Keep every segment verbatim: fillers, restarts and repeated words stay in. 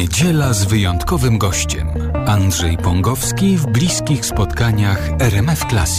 Niedziela z wyjątkowym gościem. Andrzej Pągowski w bliskich spotkaniach R M F Classic.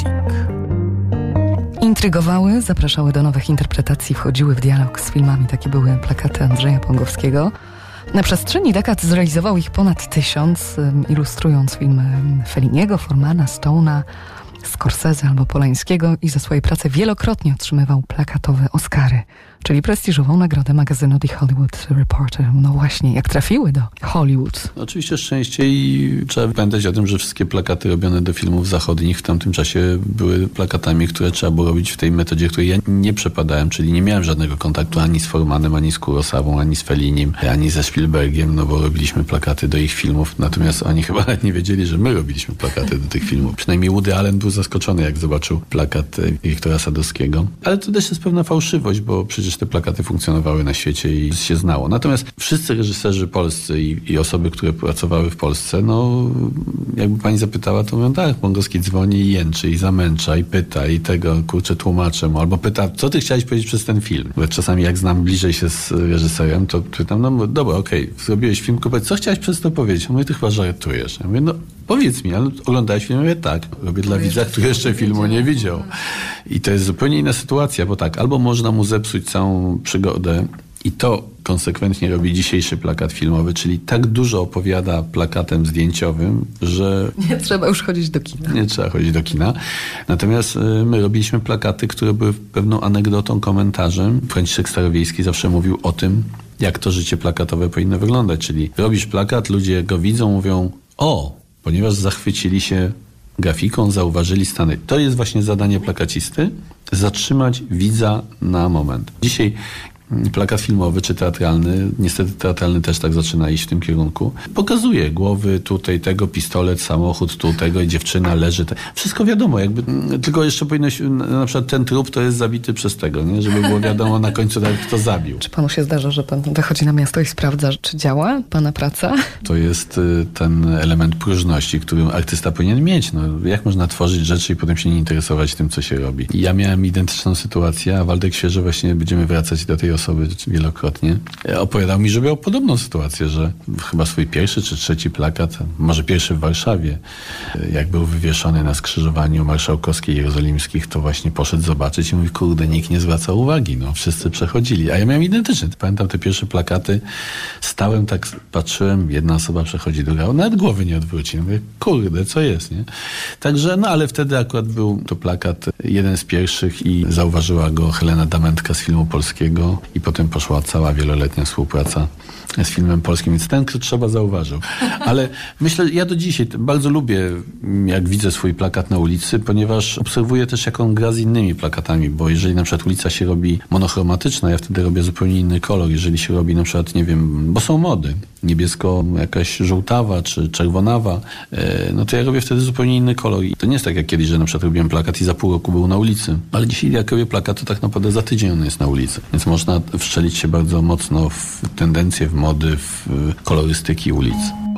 Intrygowały, zapraszały do nowych interpretacji, wchodziły w dialog z filmami. Takie były plakaty Andrzeja Pągowskiego. Na przestrzeni dekad zrealizował ich ponad tysiąc, ilustrując filmy Felliniego, Formana, Stone'a, Scorsese albo Polańskiego i za swoje prace wielokrotnie otrzymywał plakatowe Oscary, czyli prestiżową nagrodę magazynu The Hollywood Reporter. No właśnie, jak trafiły do Hollywood. Oczywiście szczęście i trzeba pamiętać o tym, że wszystkie plakaty robione do filmów zachodnich w tamtym czasie były plakatami, które trzeba było robić w tej metodzie, której ja nie przepadałem, czyli nie miałem żadnego kontaktu ani z Formanem, ani z Kurosawą, ani z Fellinim, ani ze Spielbergiem, no bo robiliśmy plakaty do ich filmów, natomiast oni chyba nawet nie wiedzieli, że my robiliśmy plakaty do tych filmów. Przynajmniej Woody Allen był zaskoczony, jak zobaczył plakat Wiktora Sadowskiego. Ale to też jest pewna fałszywość, bo przecież te plakaty funkcjonowały na świecie i się znało. Natomiast wszyscy reżyserzy polscy i, i osoby, które pracowały w Polsce, no jakby pani zapytała, to mówią, tak, Pągowski dzwoni i jęczy, i zamęcza, i pyta, i tego, kurczę, tłumaczę mu. Albo pyta, co ty chciałeś powiedzieć przez ten film? Bo czasami jak znam bliżej się z reżyserem, to pytam, no dobra, okej, okay, zrobiłeś film, powiedz, co chciałeś przez to powiedzieć? Ja mówię, ty chyba żartujesz. Ja mówię, no powiedz mi, ale oglądałeś film? Ja mówię, tak, robię dla widza, który jeszcze filmu nie widział. I to jest zupełnie inna sytuacja, bo tak, albo można mu zepsuć całą przygodę i to konsekwentnie robi dzisiejszy plakat filmowy, czyli tak dużo opowiada plakatem zdjęciowym, że... Nie trzeba już chodzić do kina. Nie trzeba chodzić do kina. Natomiast my robiliśmy plakaty, które były pewną anegdotą, komentarzem. Franciszek Starowiejski zawsze mówił o tym, jak to życie plakatowe powinno wyglądać, czyli robisz plakat, ludzie go widzą, mówią, o, ponieważ zachwycili się grafiką, zauważyli stany. To jest właśnie zadanie plakacisty, zatrzymać widza na moment. Dzisiaj plakat filmowy czy teatralny, niestety teatralny też tak zaczyna iść w tym kierunku, pokazuje głowy, tutaj tego, pistolet, samochód, tu tego i dziewczyna leży. Te. Wszystko wiadomo, jakby, tylko jeszcze powinno się, na przykład ten trup to jest zabity przez tego, nie? Żeby było wiadomo na końcu, kto zabił. Czy panu się zdarza, że pan wychodzi na miasto i sprawdza, czy działa pana praca? To jest ten element próżności, który artysta powinien mieć. No, jak można tworzyć rzeczy i potem się nie interesować tym, co się robi. I ja miałem identyczną sytuację, a Waldek Świeży, właśnie będziemy wracać do tej osoby wielokrotnie, opowiadał mi, że miał podobną sytuację, że chyba swój pierwszy czy trzeci plakat, może pierwszy w Warszawie, jak był wywieszony na skrzyżowaniu Marszałkowskiej i Jerozolimskich, to właśnie poszedł zobaczyć i mówi, kurde, nikt nie zwraca uwagi, no wszyscy przechodzili, a ja miałem identyczny. Pamiętam te pierwsze plakaty, stałem tak, patrzyłem, jedna osoba przechodzi, druga, nawet głowy nie odwróci. Mówię, kurde, co jest, nie? Także, no ale wtedy akurat był to plakat jeden z pierwszych i zauważyła go Helena Damentka z Filmu Polskiego i potem poszła cała wieloletnia współpraca z filmem polskim, więc ten, kto trzeba, zauważył. Ale myślę, ja do dzisiaj bardzo lubię, jak widzę swój plakat na ulicy, ponieważ obserwuję też, jak on gra z innymi plakatami, bo jeżeli na przykład ulica się robi monochromatyczna, ja wtedy robię zupełnie inny kolor. Jeżeli się robi na przykład, nie wiem, bo są mody, niebiesko jakaś żółtawa czy czerwonawa, no to ja robię wtedy zupełnie inny kolor. I to nie jest tak jak kiedyś, że na przykład robiłem plakat i za pół roku był na ulicy. Ale dzisiaj jak robię plakat, to tak naprawdę za tydzień on jest na ulicy. Więc można wszczelić się bardzo mocno w tendencje, w mody, w kolorystyki ulic.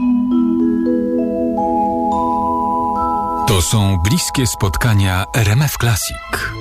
To są bliskie spotkania R M F Classic.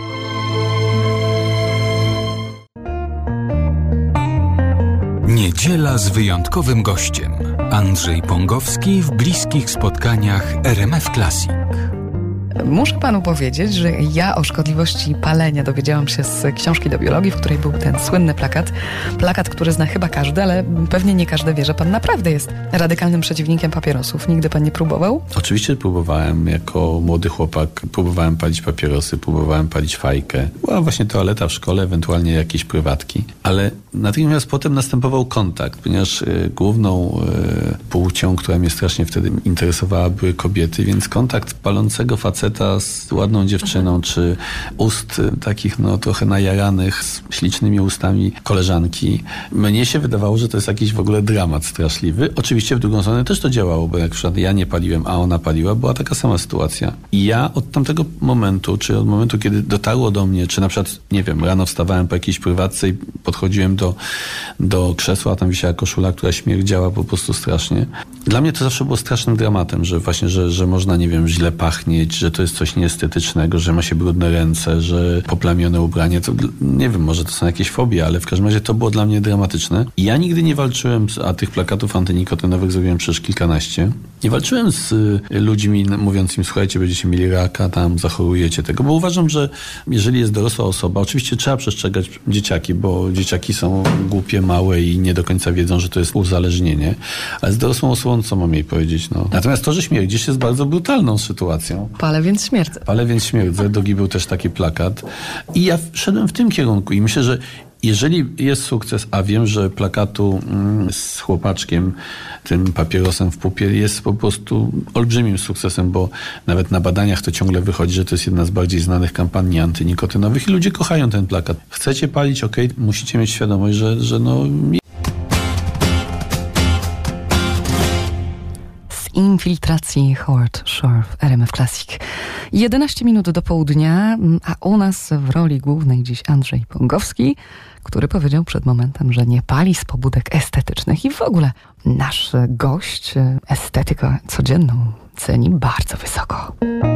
Niedziela z wyjątkowym gościem. Andrzej Pągowski w bliskich spotkaniach R M F Classic. Muszę panu powiedzieć, że ja o szkodliwości palenia dowiedziałam się z książki do biologii, w której był ten słynny plakat. Plakat, który zna chyba każdy, ale pewnie nie każdy wie, że pan naprawdę jest radykalnym przeciwnikiem papierosów. Nigdy pan nie próbował? Oczywiście próbowałem. Jako młody chłopak próbowałem palić papierosy, próbowałem palić fajkę. Była właśnie toaleta w szkole, ewentualnie jakieś prywatki. Ale natychmiast potem następował kontakt, ponieważ y, główną y, płcią, która mnie strasznie wtedy interesowała, były kobiety, więc kontakt palącego faceta z ładną dziewczyną, czy ust takich no trochę najaranych, z ślicznymi ustami koleżanki. Mnie się wydawało, że to jest jakiś w ogóle dramat straszliwy. Oczywiście w drugą stronę też to działało, bo jak przykład ja nie paliłem, a ona paliła, była taka sama sytuacja. I ja od tamtego momentu, czy od momentu, kiedy dotarło do mnie, czy na przykład, nie wiem, rano wstawałem po jakiejś prywatce i podchodziłem do, do krzesła, a tam wisiała koszula, która śmierdziała po prostu strasznie. Dla mnie to zawsze było strasznym dramatem, że właśnie, że, że można, nie wiem, źle pachnieć, że to to jest coś nieestetycznego, że ma się brudne ręce, że poplamione ubranie, to nie wiem, może to są jakieś fobie, ale w każdym razie to było dla mnie dramatyczne. I ja nigdy nie walczyłem, a tych plakatów antynikotynowych zrobiłem przecież kilkanaście. Nie walczyłem z ludźmi mówiąc im, słuchajcie, będziecie mieli raka, tam zachorujecie tego, bo uważam, że jeżeli jest dorosła osoba, oczywiście trzeba przestrzegać dzieciaki, bo dzieciaki są głupie, małe i nie do końca wiedzą, że to jest uzależnienie, ale z dorosłą osobą co mam jej powiedzieć? No. Natomiast to, że śmierdzisz jest bardzo brutalną sytuacją. Palę, więc śmierdzę. Palę, więc śmierdzę. Drugi był też taki plakat. I ja szedłem w tym kierunku i myślę, że jeżeli jest sukces, a wiem, że plakatu mm, z chłopaczkiem, tym papierosem w pupie jest po prostu olbrzymim sukcesem, bo nawet na badaniach to ciągle wychodzi, że to jest jedna z bardziej znanych kampanii antynikotynowych i ludzie kochają ten plakat. Chcecie palić? Okej, okay, musicie mieć świadomość, że, że no... Infiltracji Howard Shore w R M F Classic. jedenaście minut do południa, a u nas w roli głównej dziś Andrzej Pągowski, który powiedział przed momentem, że nie pali z pobudek estetycznych i w ogóle nasz gość estetykę codzienną ceni bardzo wysoko.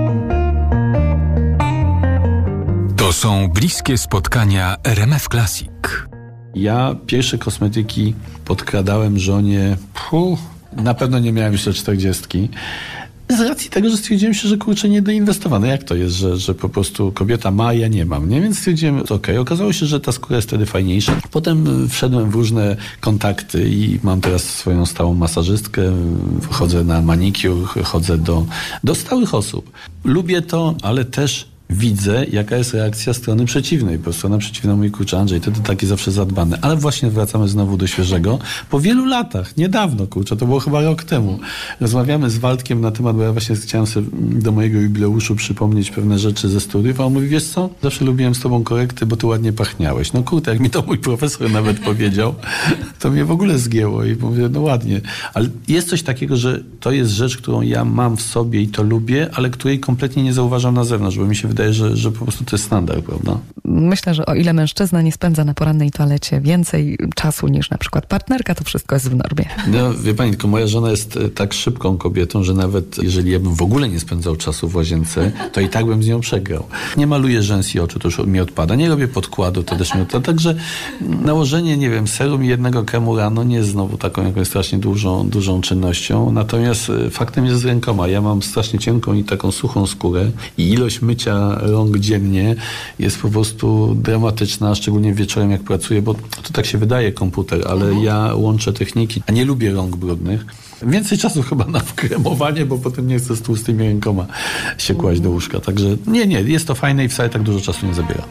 To są bliskie spotkania R M F Classic. Ja pierwsze kosmetyki podkradałem żonie... Puh, na pewno nie miałem jeszcze czterdziestki. Z racji tego, że stwierdziłem się, że kurczę, nie doinwestowano. Jak to jest, że, że po prostu kobieta ma, a ja nie mam, nie? Więc stwierdziłem, okej. Okay. Okazało się, że ta skóra jest wtedy fajniejsza. Potem wszedłem w różne kontakty i mam teraz swoją stałą masażystkę. Chodzę na manicure, chodzę do, do stałych osób. Lubię to, ale też widzę, jaka jest reakcja strony przeciwnej. Po strona przeciwna mówi, kurczę, Andrzej, to ty taki zawsze zadbany. Ale właśnie wracamy znowu do świeżego. Po wielu latach, niedawno, kurczę, to było chyba rok temu. Rozmawiamy z Waldkiem na temat, bo ja właśnie chciałem sobie do mojego jubileuszu przypomnieć pewne rzeczy ze studiów, a on mówi, wiesz co, zawsze lubiłem z tobą korekty, bo ty ładnie pachniałeś. No kurde, jak mi to mój profesor nawet powiedział, to mnie w ogóle zgięło i mówię, no ładnie. Ale jest coś takiego, że to jest rzecz, którą ja mam w sobie i to lubię, ale której kompletnie nie zauważam na zewnątrz, bo mi się wydaje, Że, że po prostu to jest standard, prawda? Myślę, że o ile mężczyzna nie spędza na porannej toalecie więcej czasu niż na przykład partnerka, to wszystko jest w normie. No, wie pani, tylko moja żona jest tak szybką kobietą, że nawet jeżeli ja bym w ogóle nie spędzał czasu w łazience, to i tak bym z nią przegrał. Nie maluję rzęs i oczu, to już mi odpada. Nie robię podkładu, to też mi odpada. Także nałożenie, nie wiem, serum i jednego kremu rano nie jest znowu taką jakąś strasznie dużą, dużą czynnością. Natomiast faktem jest z rękoma. Ja mam strasznie cienką i taką suchą skórę i ilość mycia rąk dziennie jest po prostu dramatyczna, szczególnie wieczorem jak pracuję, bo to tak się wydaje komputer, ale mhm. ja łączę techniki, a nie lubię rąk brudnych. Więcej czasu chyba na wkremowanie, bo potem nie chcę z tłustymi rękoma się kłaść do łóżka. Także nie, nie, jest to fajne i wcale tak dużo czasu nie zabiera.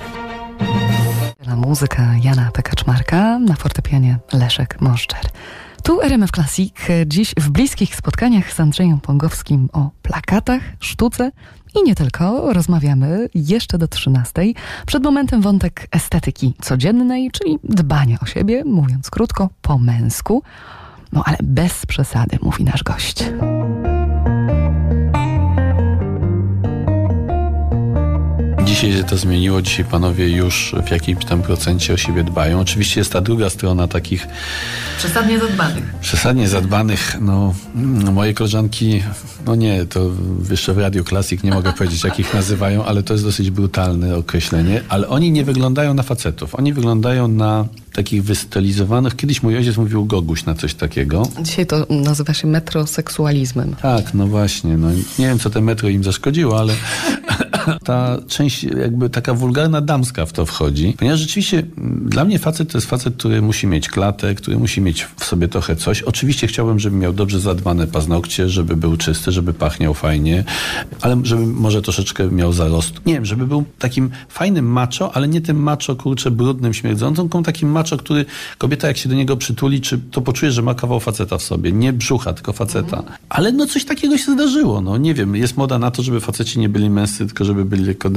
Muzyka Jana P. Kaczmarka, na fortepianie Leszek Moszczer. Tu R M F Classic, dziś w bliskich spotkaniach z Andrzejem Pągowskim o plakatach, sztuce i nie tylko. Rozmawiamy jeszcze do trzynastej. Przed momentem wątek estetyki codziennej, czyli dbania o siebie, mówiąc krótko, po męsku. No ale bez przesady, mówi nasz gość. Dzisiaj się to zmieniło, dzisiaj panowie już w jakimś tam procencie o siebie dbają. Oczywiście jest ta druga strona takich... Przesadnie zadbanych. Przesadnie zadbanych, no, no moje koleżanki, no nie, to jeszcze w Radio Classic nie mogę powiedzieć, jak ich nazywają, ale to jest dosyć brutalne określenie, ale oni nie wyglądają na facetów, oni wyglądają na takich wystylizowanych, kiedyś mój ojciec mówił goguś na coś takiego. Dzisiaj to nazywa się metroseksualizmem. Tak, no właśnie, no nie wiem, co te metro im zaszkodziło, ale ta część jakby taka wulgarna damska w to wchodzi, ponieważ rzeczywiście dla mnie facet to jest facet, który musi mieć klatę, który musi mieć w sobie trochę coś. Oczywiście chciałbym, żeby miał dobrze zadbane paznokcie, żeby był czysty, żeby pachniał fajnie, ale żeby może troszeczkę miał zarost. Nie wiem, żeby był takim fajnym macho, ale nie tym macho, kurczę, brudnym, śmierdzącym, tylko takim macho, który kobieta jak się do niego przytuli, czy to poczuje, że ma kawał faceta w sobie. Nie brzucha, tylko faceta. Ale no coś takiego się zdarzyło. No nie wiem, jest moda na to, żeby faceci nie byli męscy, tylko żeby byli lekko damscy.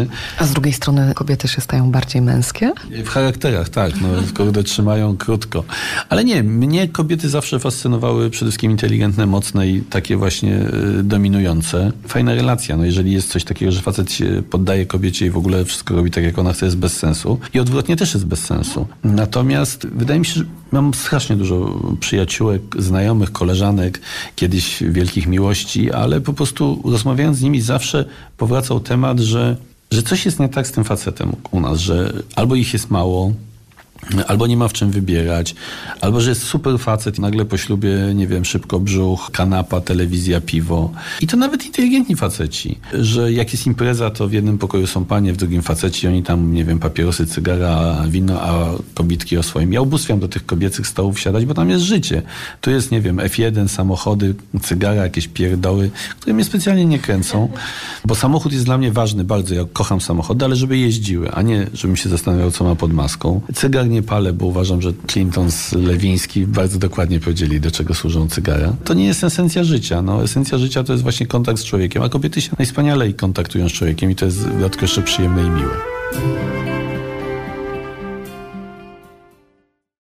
kobiety. A z drugiej strony kobiety się stają bardziej męskie? W charakterach, tak. No, kurde, trzymają krótko. Ale nie, mnie kobiety zawsze fascynowały przede wszystkim inteligentne, mocne i takie właśnie y, dominujące. Fajna relacja. No, jeżeli jest coś takiego, że facet się poddaje kobiecie i w ogóle wszystko robi tak, jak ona chce, jest bez sensu. I odwrotnie też jest bez sensu. Natomiast wydaje mi się, że mam strasznie dużo przyjaciółek, znajomych, koleżanek, kiedyś wielkich miłości, ale po prostu rozmawiając z nimi zawsze powracał temat, że, że coś jest nie tak z tym facetem u nas, że albo ich jest mało, albo nie ma w czym wybierać, albo że jest super facet i nagle po ślubie, nie wiem, szybko brzuch, kanapa, telewizja, piwo. I to nawet inteligentni faceci, że jak jest impreza, to w jednym pokoju są panie, w drugim faceci, oni tam, nie wiem, papierosy, cygara, wino, a kobitki o swoim. Ja ubóstwiam do tych kobiecych stołów siadać, bo tam jest życie. Tu jest, nie wiem, F jeden, samochody, cygara, jakieś pierdoły, które mnie specjalnie nie kręcą, bo samochód jest dla mnie ważny bardzo. Ja kocham samochody, ale żeby jeździły, a nie żebym się zastanawiał, co ma pod maską. Cygar nie palę, bo uważam, że Clinton z Lewiński bardzo dokładnie powiedzieli, do czego służą cygara. To nie jest esencja życia. No, esencja życia to jest właśnie kontakt z człowiekiem, a kobiety się najwspanialej kontaktują z człowiekiem i to jest dodatkowo jeszcze przyjemne i miłe.